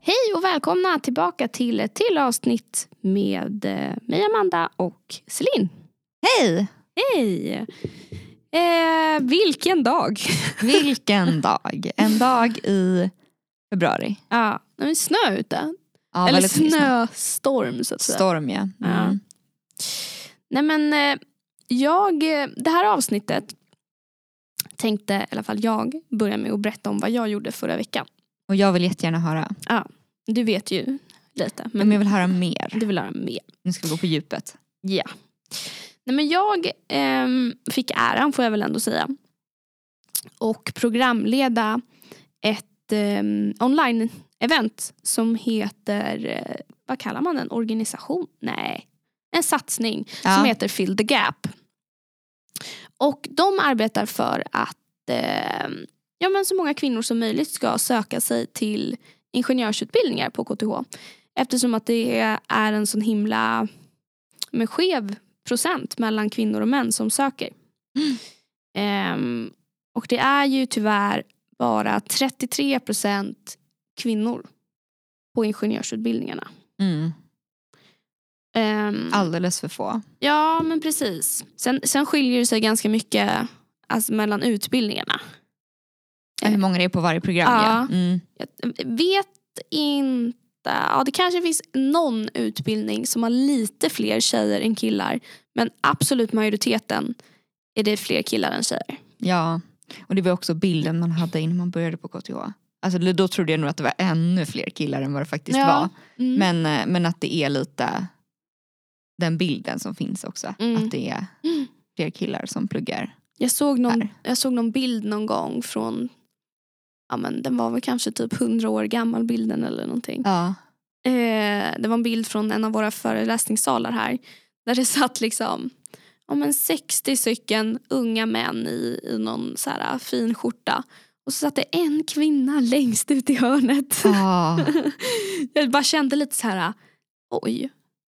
Hej och välkomna tillbaka till ett till avsnitt med mig Amanda och Celine. Hej! Hej! Vilken dag! Vilken dag! En dag i februari. Ja, det är snö ute. Ja, eller snöstorm så att säga. Storm, ja. Ja. Nej men, det här avsnittet tänkte i alla fall jag börja med att berätta om vad jag gjorde förra veckan. Och jag vill jättegärna höra. Ja, du vet ju lite. Men jag vill höra mer. Du vill höra mer. Nu ska vi gå på djupet. Ja. Nej, men jag fick äran, får jag väl ändå säga, och programleda ett online-event som heter, vad kallar man en organisation? Nej, en satsning som heter Fill the Gap. Och de arbetar för att men så många kvinnor som möjligt ska söka sig till ingenjörsutbildningar på KTH. Eftersom att det är en sån himla skev procent mellan kvinnor och män som söker. Och det är ju tyvärr bara 33% kvinnor på ingenjörsutbildningarna. Alldeles för få. Ja, men precis. Sen skiljer det sig ganska mycket alltså, mellan utbildningarna. Hur många det är på varje program. Ja. Jag vet inte. Ja, det kanske finns någon utbildning som har lite fler tjejer än killar. Men absolut majoriteten är det fler killar än tjejer. Ja, och det var också bilden man hade innan man började på KTH. Alltså då trodde jag nog att det var ännu fler killar än vad det faktiskt var. Men att det är lite den bilden som finns också. Att det är fler killar som pluggar. Jag såg någon bild någon gång från, ja men den var väl kanske typ 100 år gammal bilden eller någonting. Ja. Det var en bild från en av våra föreläsningssalar här. Där det satt liksom 60 stycken unga män i någon så här fin skjorta. Och så satt det en kvinna längst ut i hörnet. Jag bara kände lite så här, oj.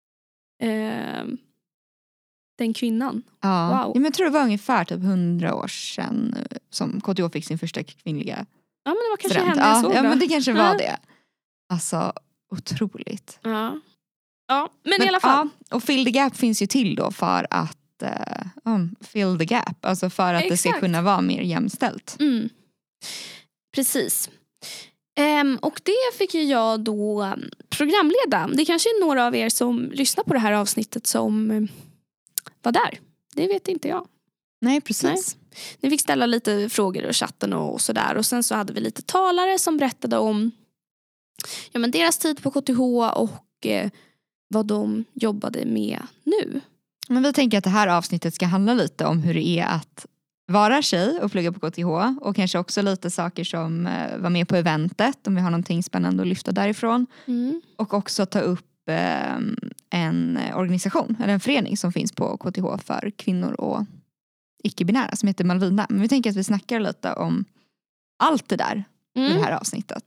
Den kvinnan. Ja. Wow. Ja, men jag tror det var ungefär typ 100 år sedan som KTH fick sin första kvinnliga. Ja, men det var kanske student. henne jag såg då. Ja, men det kanske var det. Alltså, otroligt. Ja, men i alla fall. Ja, och Fill the Gap finns ju till då för att fill the gap. Alltså för att det ska kunna vara mer jämställt. Precis. Och det fick ju jag då programleda. Det kanske är några av er som lyssnar på det här avsnittet som var där. Det vet inte jag. Nej, precis. Nej. Ni fick ställa lite frågor i chatten och sådär. Och sen så hade vi lite talare som berättade om deras tid på KTH och vad de jobbade med nu. Men vi tänker att det här avsnittet ska handla lite om hur det är att vara tjej och plugga på KTH. Och kanske också lite saker som var med på eventet. Om vi har någonting spännande att lyfta därifrån. Och också ta upp en organisation eller en förening som finns på KTH för kvinnor och icke-binära som heter Malvina. Men vi tänker att vi snackar lite om allt det där i det här avsnittet.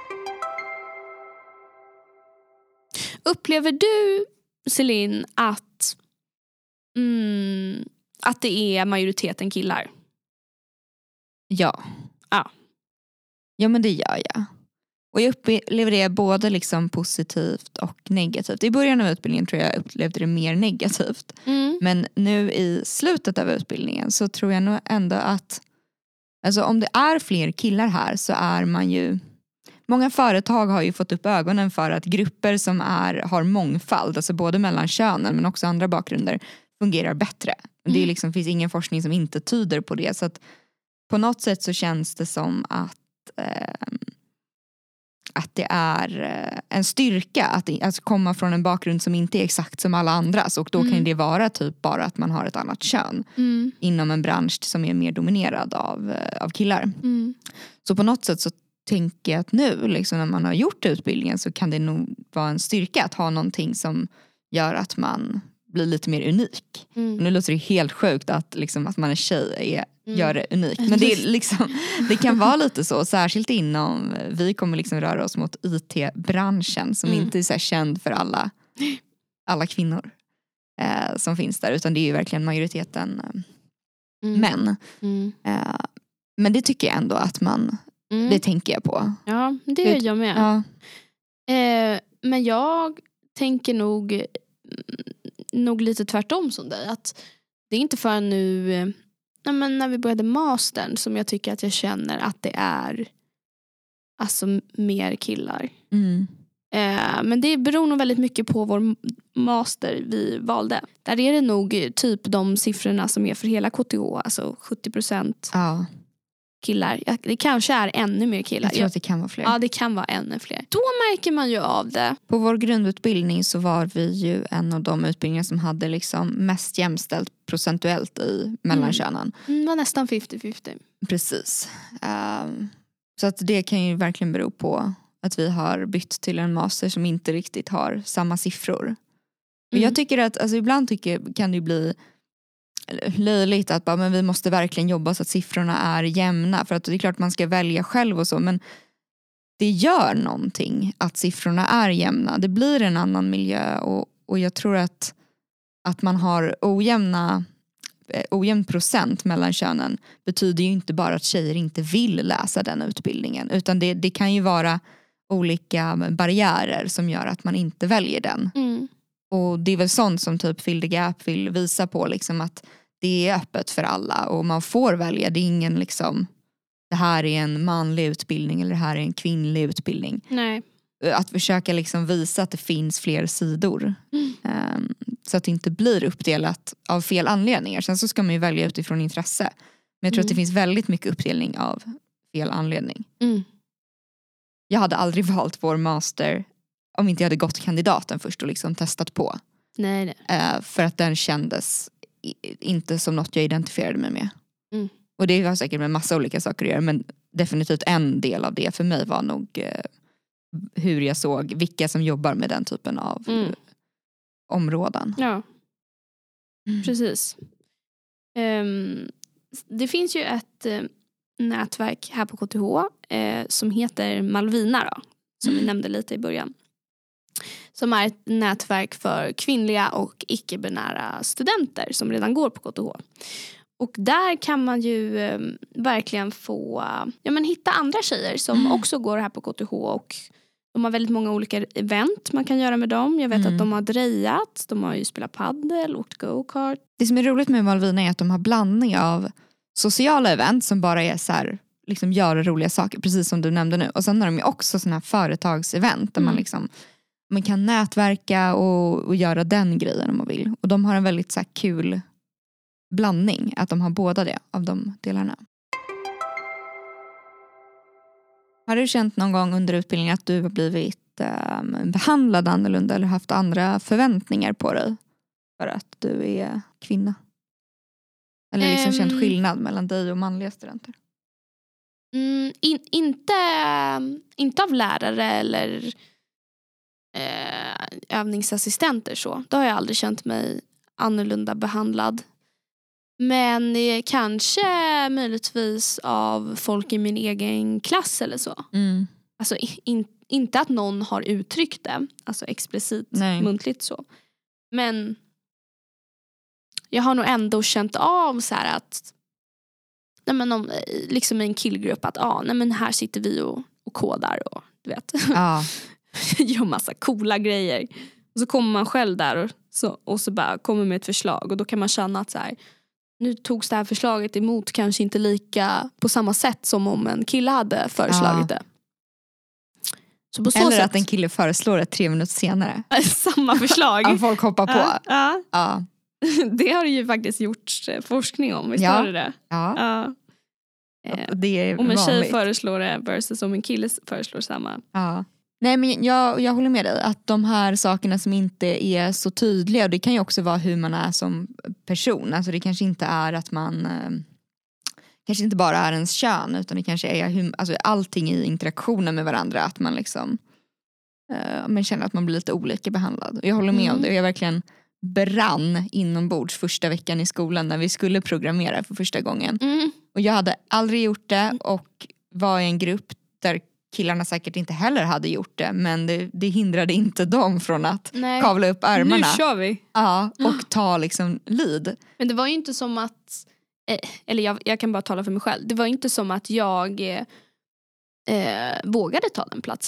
Upplever du, Celine, att det är majoriteten killar? Ja. Ja. Ja, men det gör jag. Och jag upplever det både liksom positivt och negativt. I början av utbildningen tror jag upplevde det mer negativt. Men nu i slutet av utbildningen så tror jag nog ändå att alltså om det är fler killar här så är man ju. Många företag har ju fått upp ögonen för att grupper som har mångfald, alltså både mellan könen men också andra bakgrunder, fungerar bättre. Det är liksom, finns ingen forskning som inte tyder på det. Så att på något sätt så känns det som att det är en styrka att komma från en bakgrund som inte är exakt som alla andras. Och då kan det vara typ bara att man har ett annat kön inom en bransch som är mer dominerad av killar. Så på något sätt så tänker jag att nu liksom, när man har gjort utbildningen så kan det nog vara en styrka att ha någonting som gör att man blir lite mer unik. Och nu låter det helt sjukt att, liksom, att man är tjej gör det unikt. Men det, är liksom, det kan vara lite så. Särskilt inom, vi kommer liksom röra oss mot IT-branschen som inte är så här känd för alla kvinnor som finns där. Utan det är ju verkligen majoriteten män. Men det tycker jag ändå att man, det tänker jag på. Ja, det gör jag med. Ja. Men jag tänker nog lite tvärtom som dig. Att det är inte förrän nu när vi började mastern som jag tycker att jag känner att det är alltså mer killar. Men det beror nog väldigt mycket på vår master vi valde. Där är det nog typ de siffrorna som är för hela KTH. Alltså 70% killar. Det kanske är ännu mer killar. Jag tror att det kan vara fler. Ja, det kan vara ännu fler. Då märker man ju av det. På vår grundutbildning så var vi ju en av de utbildningar som hade liksom mest jämställt procentuellt i mellankönen. Det var nästan 50-50. Precis. Så att det kan ju verkligen bero på att vi har bytt till en master som inte riktigt har samma siffror. Och jag tycker att alltså, ibland kan det ju bli löjligt att men vi måste verkligen jobba så att siffrorna är jämna. För att det är klart man ska välja själv och så. Men det gör någonting att siffrorna är jämna. Det blir en annan miljö. Och jag tror att man har ojämn procent mellan könen betyder ju inte bara att tjejer inte vill läsa den utbildningen. Utan det kan ju vara olika barriärer som gör att man inte väljer den. Och det är väl sånt som typ Fill the Gap vill visa på liksom att det är öppet för alla och man får välja. Det är ingen liksom det här är en manlig utbildning eller det här är en kvinnlig utbildning. Nej. Att försöka liksom visa att det finns fler sidor. Så att det inte blir uppdelat av fel anledningar. Sen så ska man ju välja utifrån intresse. Men jag tror att det finns väldigt mycket uppdelning av fel anledning. Jag hade aldrig valt vår master om inte jag hade gått kandidaten först och liksom testat på. Nej. För att den kändes inte som något jag identifierade mig med. Och det har säkert med massa olika saker att göra. Men definitivt en del av det för mig var nog hur jag såg vilka som jobbar med den typen av områden. Ja, precis. Det finns ju ett nätverk här på KTH som heter Malvina då, som vi nämnde lite i början. Som är ett nätverk för kvinnliga och icke-binära studenter som redan går på KTH. Och där kan man ju verkligen få hitta andra tjejer som också går här på KTH. Och de har väldigt många olika event man kan göra med dem. Jag vet att de har drejat, de har ju spelat paddel, åkt go-kart. Det som är roligt med Malvina är att de har blandning av sociala event som bara är så här, liksom göra roliga saker, precis som du nämnde nu. Och sen har de ju också såna här företagsevent där man kan nätverka och göra den grejen om man vill. Och de har en väldigt så här kul blandning, att de har båda det av de delarna. Har du känt någon gång under utbildningen att du har blivit behandlad annorlunda eller haft andra förväntningar på dig för att du är kvinna? Eller liksom känt skillnad mellan dig och manliga studenter? Inte av lärare eller övningsassistenter så. Då har jag aldrig känt mig annorlunda behandlad. Men kanske möjligtvis av folk i min egen klass eller så. Alltså inte att någon har uttryckt det. Alltså explicit, muntligt så. Men jag har nog ändå känt av så här att liksom i en killgrupp att här sitter vi och kodar och du vet. Gör massa coola grejer. Och så kommer man själv där och så bara kommer med ett förslag. Och då kan man känna att så här, nu togs det här förslaget emot kanske inte lika på samma sätt som om en kille hade föreslagit det. Så på så eller sätt, att en kille föreslår det 3 minuter senare. Samma förslag. Att folk hoppar på. Ja. Det har det ju faktiskt gjorts forskning om. Visst har det? Ja. Det är om en tjej vanligt. Föreslår det versus om en kille föreslår samma. Ja. Nej, men jag håller med dig att de här sakerna som inte är så tydliga, och det kan ju också vara hur man är som person. Alltså det kanske inte är att man kanske inte bara är ens kön, utan det kanske är alltså allting i interaktionen med varandra, att man liksom man känner att man blir lite olika behandlad. Och jag håller med om det, och jag verkligen brann inombords första veckan i skolan när vi skulle programmera för första gången. Och jag hade aldrig gjort det och var i en grupp där killarna säkert inte heller hade gjort det, men det hindrade inte dem från att kavla upp ärmarna. Nu kör vi. Ja, och ta liksom lead. Men det var ju inte som att eller jag kan bara tala för mig själv. Det var inte som att jag vågade ta den platsen.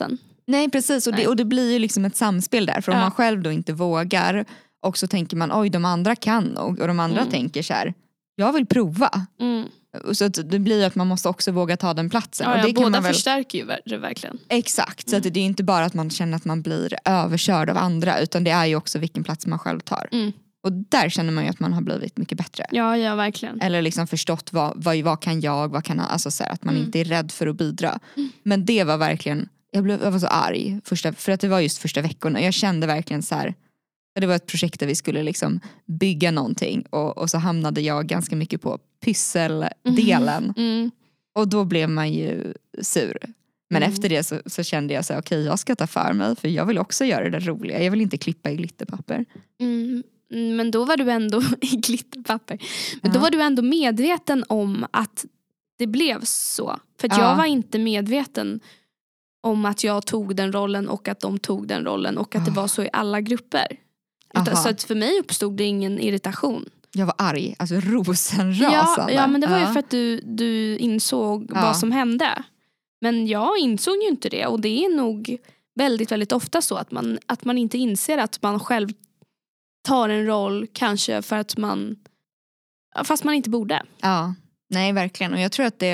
Nej, precis. Och det blir ju liksom ett samspel där. För om man själv då inte vågar, och så tänker man, oj, de andra kan nog. Och de andra tänker så här, jag vill prova. Så att det blir att man måste också våga ta den platsen. Ja, och det båda kan man förstärker ju det verkligen. Exakt, så att det är inte bara att man känner att man blir överkörd av andra, utan det är ju också vilken plats man själv tar. Och där känner man ju att man har blivit mycket bättre. Ja, verkligen. Eller liksom förstått vad kan jag, alltså så här, att man inte är rädd för att bidra. Men det var verkligen, jag var så arg för att det var just första veckorna. Jag kände verkligen så här, det var ett projekt där vi skulle liksom bygga någonting, och så hamnade jag ganska mycket på pysseldelen. Och då blev man ju sur. Men efter det så kände jag så okej, jag ska ta för mig, för jag vill också göra det roliga. Jag vill inte klippa i glitterpapper. Men då var du ändå i glitterpapper. Men då var du ändå medveten om att det blev så. För att jag var inte medveten om att jag tog den rollen och att de tog den rollen och att det var så i alla grupper. Så att för mig uppstod det ingen irritation. Jag var arg, alltså rosenrasande. Ja, men det var ju för att du insåg vad som hände. Men jag insåg ju inte det, och det är nog väldigt, väldigt ofta så att man inte inser att man själv tar en roll, kanske för att fast man inte borde. Ja, nej verkligen. Och jag tror att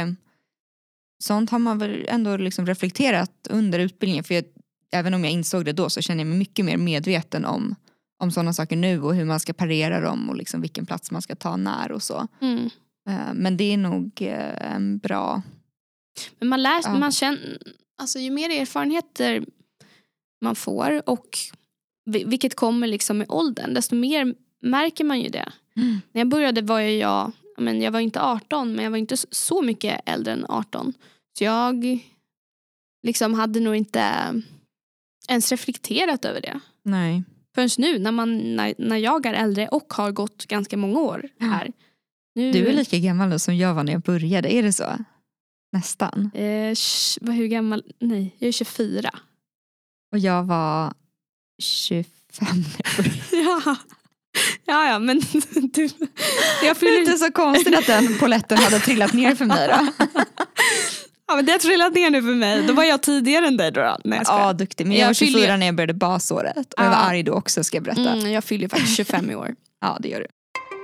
sånt har man väl ändå liksom reflekterat under utbildningen, för även om jag insåg det då, så känner jag mig mycket mer medveten om sådana saker nu, och hur man ska parera dem, och liksom vilken plats man ska ta när och så. Men det är nog en bra... Men man känner, alltså ju mer erfarenheter man får, och vilket kommer liksom med åldern, desto mer märker man ju det. När jag började var jag var inte 18, men jag var inte så mycket äldre än 18. Så jag liksom hade nog inte ens reflekterat över det. Nej. Förrän nu när jag är äldre och har gått ganska många år här. Nu, du är lika gammal som jag var när jag började, är det så? Nästan. Hur gammal? Nej, jag är 24. Och jag var 25 Ja, men du... Jag fyller inte så konstigt att den poletten hade trillat ner för mig då. Ja, men det har trillat ner nu för mig. Då var jag tidigare än dig då. Ja, duktig. Men jag var 24 när jag började basåret. Och jag var arg då också, ska jag berätta. Jag fyller faktiskt 25 i år. Ja, det gör du.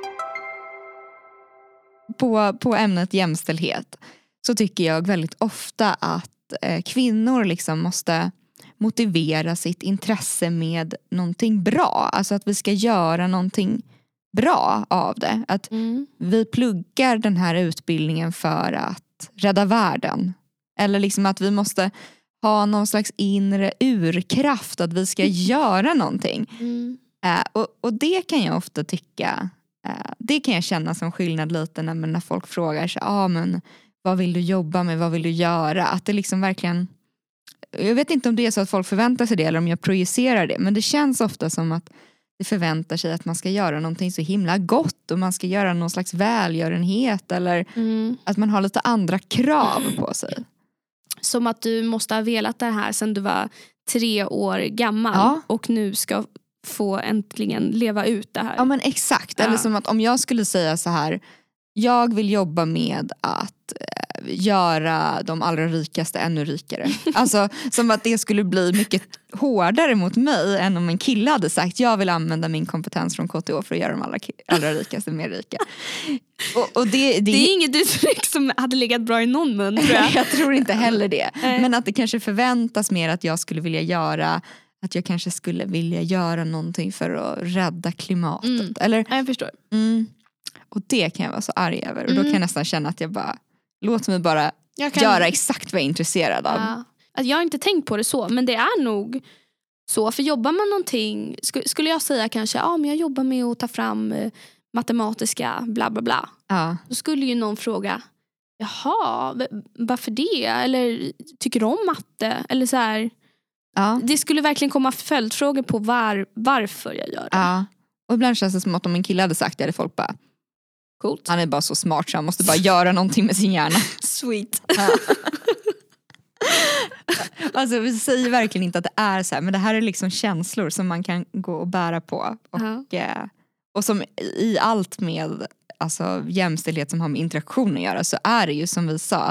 På ämnet jämställdhet så tycker jag väldigt ofta att kvinnor liksom måste motivera sitt intresse med någonting bra. Alltså att vi ska göra någonting bra av det. Att vi pluggar den här utbildningen för att rädda världen. Eller liksom att vi måste ha någon slags inre urkraft, att vi ska göra någonting. Och det kan jag ofta tycka, det kan jag känna som skillnad lite när folk frågar sig, men vad vill du jobba med, vad vill du göra? Att det liksom verkligen, jag vet inte om det är så att folk förväntar sig det eller om jag projicerar det, men det känns ofta som att det förväntar sig att man ska göra någonting så himla gott, och man ska göra någon slags välgörenhet, eller att man har lite andra krav på sig. Som att du måste ha velat det här sedan du var 3 år gammal och nu ska få äntligen leva ut det här. Ja, men exakt. Eller som att om jag skulle säga så här, jag vill jobba med att göra de allra rikaste ännu rikare. Alltså som att det skulle bli mycket hårdare mot mig än om en kille hade sagt, jag vill använda min kompetens från KTH för att göra de allra rikaste mer rika. Och det är inget uttryck som hade legat bra i någon mun, tror jag. Jag tror inte heller det. Men att det kanske förväntas mer att jag skulle vilja göra, att jag kanske skulle vilja göra någonting för att rädda klimatet. Eller, jag förstår. Och det kan jag vara så arg över. Och då kan jag nästan känna att jag bara, låt mig bara göra exakt vad jag är intresserad av. Att jag har inte tänkt på det så, men det är nog så. För jobbar man någonting, skulle jag säga kanske, men jag jobbar med att ta fram matematiska bla bla bla. Då skulle ju någon fråga, jaha, varför det? Eller tycker du om matte? Eller så här. Det skulle verkligen komma följdfrågor på varför jag gör det. Och ibland känns det som att om en kille hade sagt det, hade folk bara, coolt. Han är bara så smart så han måste bara göra någonting med sin hjärna. Sweet. Alltså vi säger verkligen inte att det är så här, men det här är liksom känslor som man kan gå och bära på. Och som i allt med alltså, jämställdhet som har med interaktion att göra, så är det ju som vi sa, att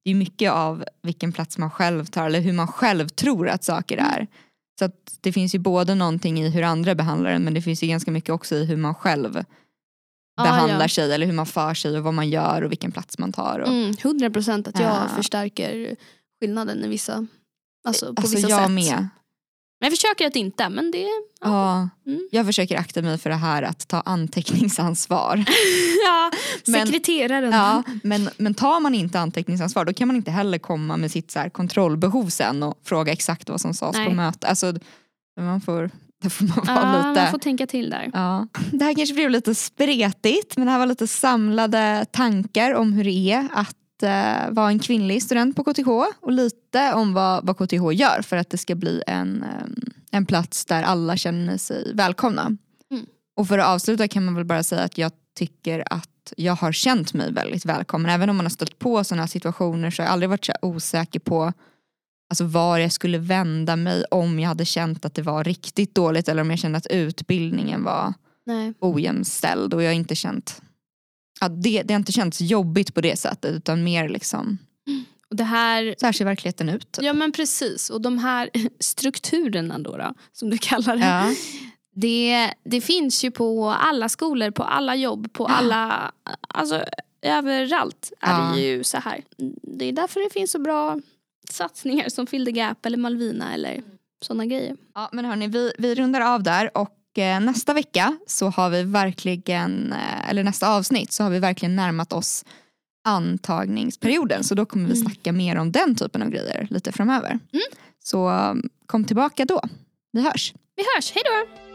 det är mycket av vilken plats man själv tar eller hur man själv tror att saker är. Så att det finns ju både någonting i hur andra behandlar en, men det finns ju ganska mycket också i hur man själv behandlar sig eller hur man för sig och vad man gör och vilken plats man tar. Och, 100% att jag förstärker skillnaden i vissa, på vissa jag sätt. med. Men jag försöker att inte, men det... Jag försöker akta mig för det här att ta anteckningsansvar. Sekreteraren. Men tar man inte anteckningsansvar, då kan man inte heller komma med sitt så här kontrollbehov sen och fråga exakt vad som sades på mötet. Alltså, man får vara lite... man får tänka till där. Ja. Det här kanske blev lite spretigt, men det här var lite samlade tankar om hur det är att vara en kvinnlig student på KTH och lite om vad KTH gör för att det ska bli en plats där alla känner sig välkomna. Och för att avsluta kan man väl bara säga att jag tycker att jag har känt mig väldigt välkommen. Även om man har stött på sådana här situationer så har jag aldrig varit så osäker på alltså var jag skulle vända mig om jag hade känt att det var riktigt dåligt eller om jag kände att utbildningen var ojämställd och jag har inte känt det har inte känts jobbigt på det sättet utan mer liksom det här... så här ser verkligheten ut. Ja men precis, och de här strukturerna då som du kallar det, det finns ju på alla skolor, på alla jobb, på alla, alltså överallt är det ju så här. Det är därför det finns så bra satsningar som Fill the Gap eller Malvina eller sådana grejer. Ja men hörni, vi rundar av där och nästa vecka så har vi verkligen, eller nästa avsnitt så har vi verkligen närmat oss antagningsperioden. Så då kommer vi snacka mer om den typen av grejer lite framöver. Så kom tillbaka då. Vi hörs. Hej då!